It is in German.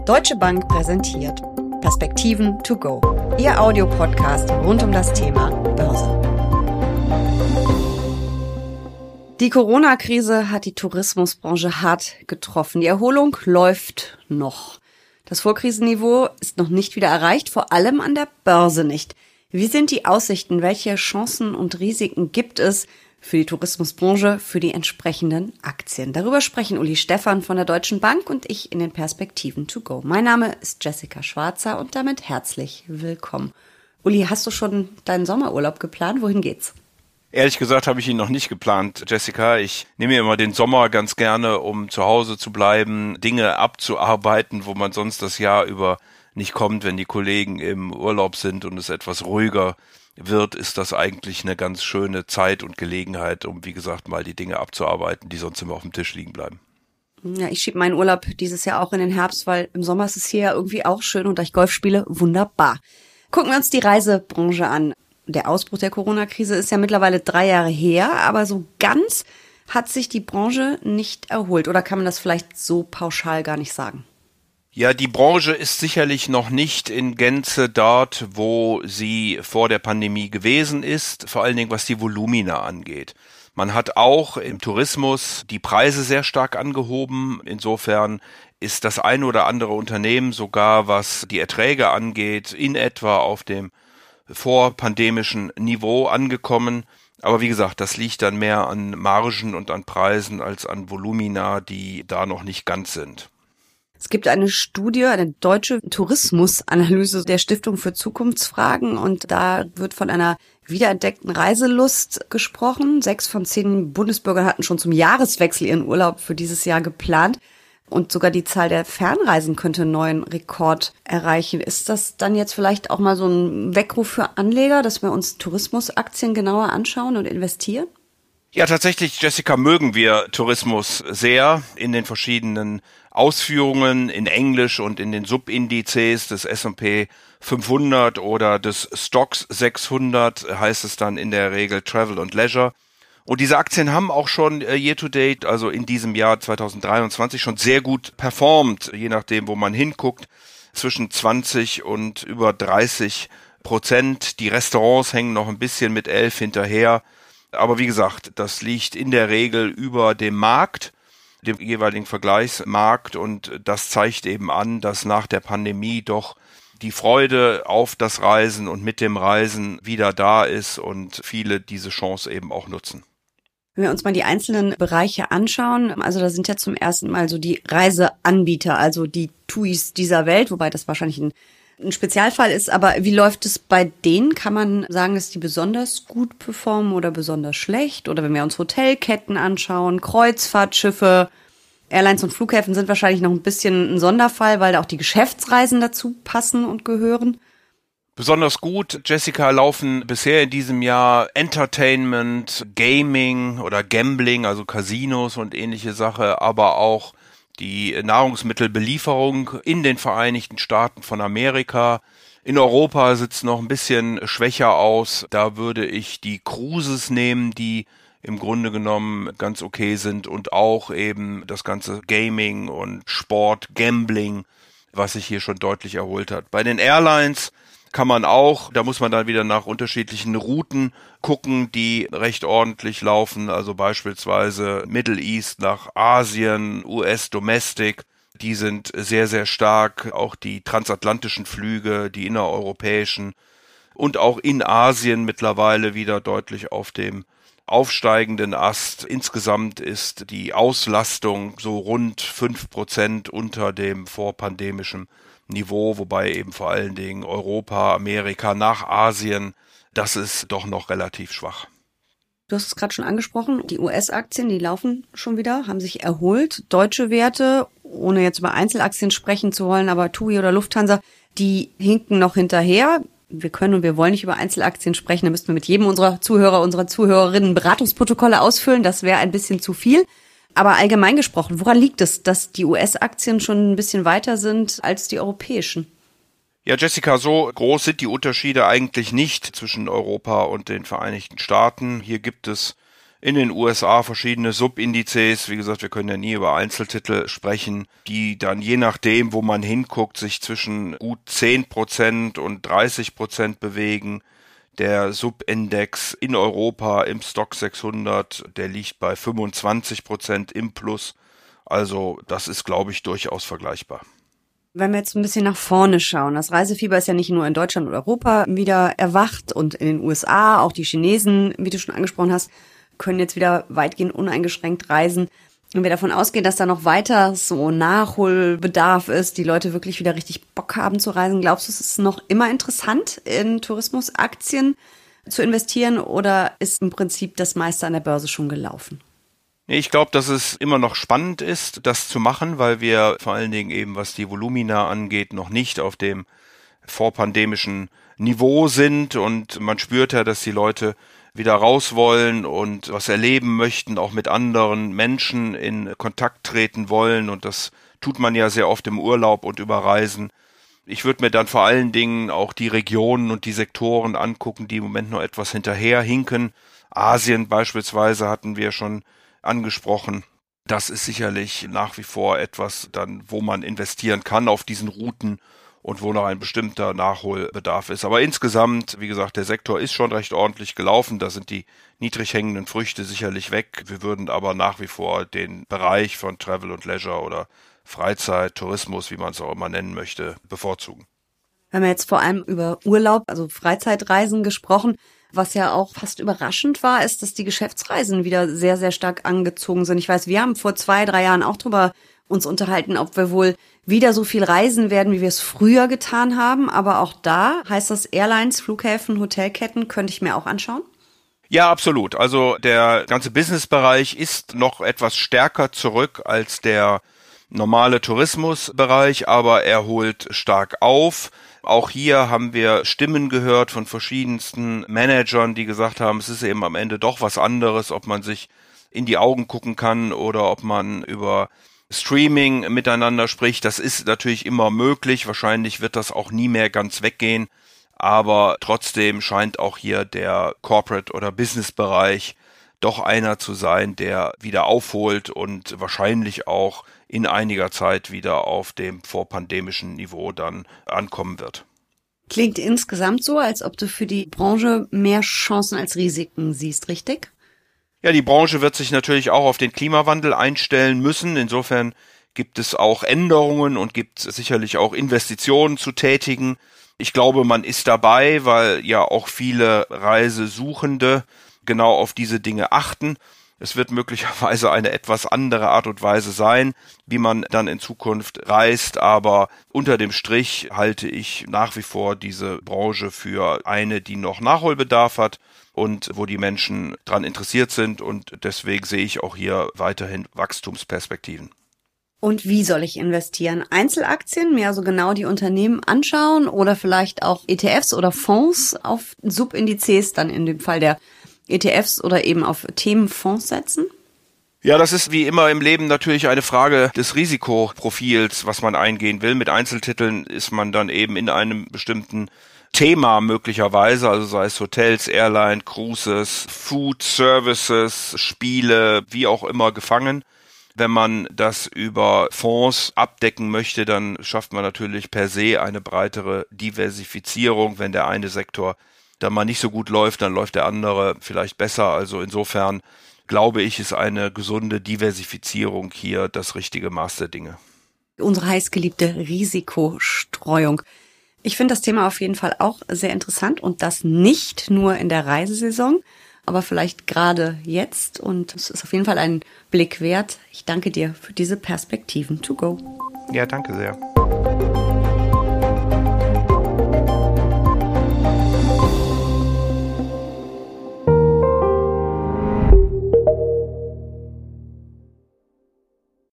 Deutsche Bank präsentiert Perspektiven to go, Ihr Audiopodcast rund um das Thema Börse. Die Corona-Krise hat die Tourismusbranche hart getroffen. Die Erholung läuft noch. Das Vorkrisenniveau ist noch nicht wieder erreicht, vor allem an der Börse nicht. Wie sind die Aussichten? Welche Chancen und Risiken gibt es für die Tourismusbranche, für die entsprechenden Aktien? Darüber sprechen Uli Stephan von der Deutschen Bank und ich in den Perspektiven to go. Mein Name ist Jessica Schwarzer und damit herzlich willkommen. Uli, hast du schon deinen Sommerurlaub geplant? Wohin geht's? Ehrlich gesagt habe ich ihn noch nicht geplant, Jessica. Ich nehme mir immer den Sommer ganz gerne, um zu Hause zu bleiben, Dinge abzuarbeiten, wo man sonst das Jahr über nicht kommt. Wenn die Kollegen im Urlaub sind und es etwas ruhiger wird, ist das eigentlich eine ganz schöne Zeit und Gelegenheit, um, wie gesagt, mal die Dinge abzuarbeiten, die sonst immer auf dem Tisch liegen bleiben. Ja, ich schiebe meinen Urlaub dieses Jahr auch in den Herbst, weil im Sommer ist es hier ja irgendwie auch schön und da ich Golf spiele, wunderbar. Gucken wir uns die Reisebranche an. Der Ausbruch der Corona-Krise ist ja mittlerweile 3 Jahre her, aber so ganz hat sich die Branche nicht erholt. Oder kann man das vielleicht so pauschal gar nicht sagen? Ja, die Branche ist sicherlich noch nicht in Gänze dort, wo sie vor der Pandemie gewesen ist, vor allen Dingen was die Volumina angeht. Man hat auch im Tourismus die Preise sehr stark angehoben. Insofern ist das ein oder andere Unternehmen sogar, was die Erträge angeht, in etwa auf dem vorpandemischen Niveau angekommen. Aber wie gesagt, das liegt dann mehr an Margen und an Preisen als an Volumina, die da noch nicht ganz sind. Es gibt eine Studie, eine deutsche Tourismusanalyse der Stiftung für Zukunftsfragen und da wird von einer wiederentdeckten Reiselust gesprochen. 6 von 10 Bundesbürgern hatten schon zum Jahreswechsel ihren Urlaub für dieses Jahr geplant. Und sogar die Zahl der Fernreisen könnte einen neuen Rekord erreichen. Ist das dann jetzt vielleicht auch mal so ein Weckruf für Anleger, dass wir uns Tourismusaktien genauer anschauen und investieren? Ja, tatsächlich, Jessica, mögen wir Tourismus sehr in den verschiedenen Ausführungen in Englisch und in den Subindizes des S&P 500 oder des Stoxx 600 heißt es dann in der Regel Travel und Leisure. Und diese Aktien haben auch schon year-to-date, also in diesem Jahr 2023, schon sehr gut performt, je nachdem, wo man hinguckt, zwischen 20 und über 30%. Die Restaurants hängen noch ein bisschen mit 11 hinterher. Aber wie gesagt, das liegt in der Regel über dem Markt, dem jeweiligen Vergleichsmarkt. Und das zeigt eben an, dass nach der Pandemie doch die Freude auf das Reisen und mit dem Reisen wieder da ist und viele diese Chance eben auch nutzen. Wenn wir uns mal die einzelnen Bereiche anschauen, also da sind ja zum ersten Mal so die Reiseanbieter, also die TUIs dieser Welt, wobei das wahrscheinlich ein Spezialfall ist, aber wie läuft es bei denen? Kann man sagen, dass die besonders gut performen oder besonders schlecht? Oder wenn wir uns Hotelketten anschauen, Kreuzfahrtschiffe, Airlines und Flughäfen sind wahrscheinlich noch ein bisschen ein Sonderfall, weil da auch die Geschäftsreisen dazu passen und gehören. Besonders gut, Jessica, laufen bisher in diesem Jahr Entertainment, Gaming oder Gambling, also Casinos und ähnliche Sache, aber auch die Nahrungsmittelbelieferung in den Vereinigten Staaten von Amerika. In Europa sieht es noch ein bisschen schwächer aus. Da würde ich die Cruises nehmen, die im Grunde genommen ganz okay sind und auch eben das ganze Gaming und Sport, Gambling, was sich hier schon deutlich erholt hat. Bei den Airlines kann man auch, da muss man dann wieder nach unterschiedlichen Routen gucken, die recht ordentlich laufen, also beispielsweise Middle East nach Asien, US Domestic, die sind sehr, sehr stark, auch die transatlantischen Flüge, die innereuropäischen und auch in Asien mittlerweile wieder deutlich auf dem aufsteigenden Ast. Insgesamt ist die Auslastung so rund 5% unter dem vorpandemischen Niveau, wobei eben vor allen Dingen Europa, Amerika nach Asien, das ist doch noch relativ schwach. Du hast es gerade schon angesprochen, die US-Aktien, die laufen schon wieder, haben sich erholt. Deutsche Werte, ohne jetzt über Einzelaktien sprechen zu wollen, aber TUI oder Lufthansa, die hinken noch hinterher. Wir können und wir wollen nicht über Einzelaktien sprechen, da müssten wir mit jedem unserer Zuhörer, unserer Zuhörerinnen Beratungsprotokolle ausfüllen, das wäre ein bisschen zu viel. Aber allgemein gesprochen, woran liegt es, dass die US-Aktien schon ein bisschen weiter sind als die europäischen? Ja, Jessica, so groß sind die Unterschiede eigentlich nicht zwischen Europa und den Vereinigten Staaten. Hier gibt es In den USA verschiedene Subindizes. Wie gesagt, wir können ja nie über Einzeltitel sprechen, die dann je nachdem, wo man hinguckt, sich zwischen gut 10% und 30% bewegen. Der Subindex in Europa im Stock 600, der liegt bei 25% im Plus. Also das ist, glaube ich, durchaus vergleichbar. Wenn wir jetzt ein bisschen nach vorne schauen, das Reisefieber ist ja nicht nur in Deutschland und Europa wieder erwacht und in den USA, auch die Chinesen, wie du schon angesprochen hast, können jetzt wieder weitgehend uneingeschränkt reisen. Wenn wir davon ausgehen, dass da noch weiter so Nachholbedarf ist, die Leute wirklich wieder richtig Bock haben zu reisen, glaubst du, es ist noch immer interessant, in Tourismusaktien zu investieren oder ist im Prinzip das meiste an der Börse schon gelaufen? Nee, ich glaube, dass es immer noch spannend ist, das zu machen, weil wir vor allen Dingen eben, was die Volumina angeht, noch nicht auf dem vorpandemischen Niveau sind und man spürt ja, dass die Leute wieder raus wollen und was erleben möchten, auch mit anderen Menschen in Kontakt treten wollen und das tut man ja sehr oft im Urlaub und über Reisen. Ich würde mir dann vor allen Dingen auch die Regionen und die Sektoren angucken, die im Moment noch etwas hinterherhinken. Asien beispielsweise hatten wir schon angesprochen. Das ist sicherlich nach wie vor etwas dann, wo man investieren kann auf diesen Routen und wo noch ein bestimmter Nachholbedarf ist. Aber insgesamt, wie gesagt, der Sektor ist schon recht ordentlich gelaufen. Da sind die niedrig hängenden Früchte sicherlich weg. Wir würden aber nach wie vor den Bereich von Travel und Leisure oder Freizeit, Tourismus, wie man es auch immer nennen möchte, bevorzugen. Wir haben jetzt vor allem über Urlaub, also Freizeitreisen gesprochen. Was ja auch fast überraschend war, ist, dass die Geschäftsreisen wieder sehr, sehr stark angezogen sind. Ich weiß, wir haben vor 2-3 Jahren auch drüber uns unterhalten, ob wir wohl wieder so viel reisen werden, wie wir es früher getan haben. Aber auch da heißt das Airlines, Flughäfen, Hotelketten, könnte ich mir auch anschauen? Ja, absolut. Also der ganze Businessbereich ist noch etwas stärker zurück als der normale Tourismusbereich, aber er holt stark auf. Auch hier haben wir Stimmen gehört von verschiedensten Managern, die gesagt haben, es ist eben am Ende doch was anderes, ob man sich in die Augen gucken kann oder ob man über Streaming miteinander spricht. Das ist natürlich immer möglich. Wahrscheinlich wird das auch nie mehr ganz weggehen. Aber trotzdem scheint auch hier der Corporate- oder Business-Bereich doch einer zu sein, der wieder aufholt und wahrscheinlich auch in einiger Zeit wieder auf dem vorpandemischen Niveau dann ankommen wird. Klingt insgesamt so, als ob du für die Branche mehr Chancen als Risiken siehst, richtig? Ja, die Branche wird sich natürlich auch auf den Klimawandel einstellen müssen. Insofern gibt es auch Änderungen und gibt sicherlich auch Investitionen zu tätigen. Ich glaube, man ist dabei, weil ja auch viele Reisesuchende genau auf diese Dinge achten. Es wird möglicherweise eine etwas andere Art und Weise sein, wie man dann in Zukunft reist, aber unter dem Strich halte ich nach wie vor diese Branche für eine, die noch Nachholbedarf hat und wo die Menschen dran interessiert sind und deswegen sehe ich auch hier weiterhin Wachstumsperspektiven. Und wie soll ich investieren? Einzelaktien, mir also genau die Unternehmen anschauen oder vielleicht auch ETFs oder Fonds auf Subindizes, dann in dem Fall der ETFs oder eben auf Themenfonds setzen? Ja, das ist wie immer im Leben natürlich eine Frage des Risikoprofils, was man eingehen will. Mit Einzeltiteln ist man dann eben in einem bestimmten Thema möglicherweise, also sei es Hotels, Airline, Cruises, Food, Services, Spiele, wie auch immer gefangen. Wenn man das über Fonds abdecken möchte, dann schafft man natürlich per se eine breitere Diversifizierung. Wenn der eine Sektor dann mal nicht so gut läuft, dann läuft der andere vielleicht besser. Also insofern glaube ich, ist eine gesunde Diversifizierung hier das richtige Maß der Dinge. Unsere heißgeliebte Risikostreuung. Ich finde das Thema auf jeden Fall auch sehr interessant und das nicht nur in der Reisesaison, aber vielleicht gerade jetzt und es ist auf jeden Fall ein Blick wert. Ich danke dir für diese Perspektiven to go. Ja, danke sehr.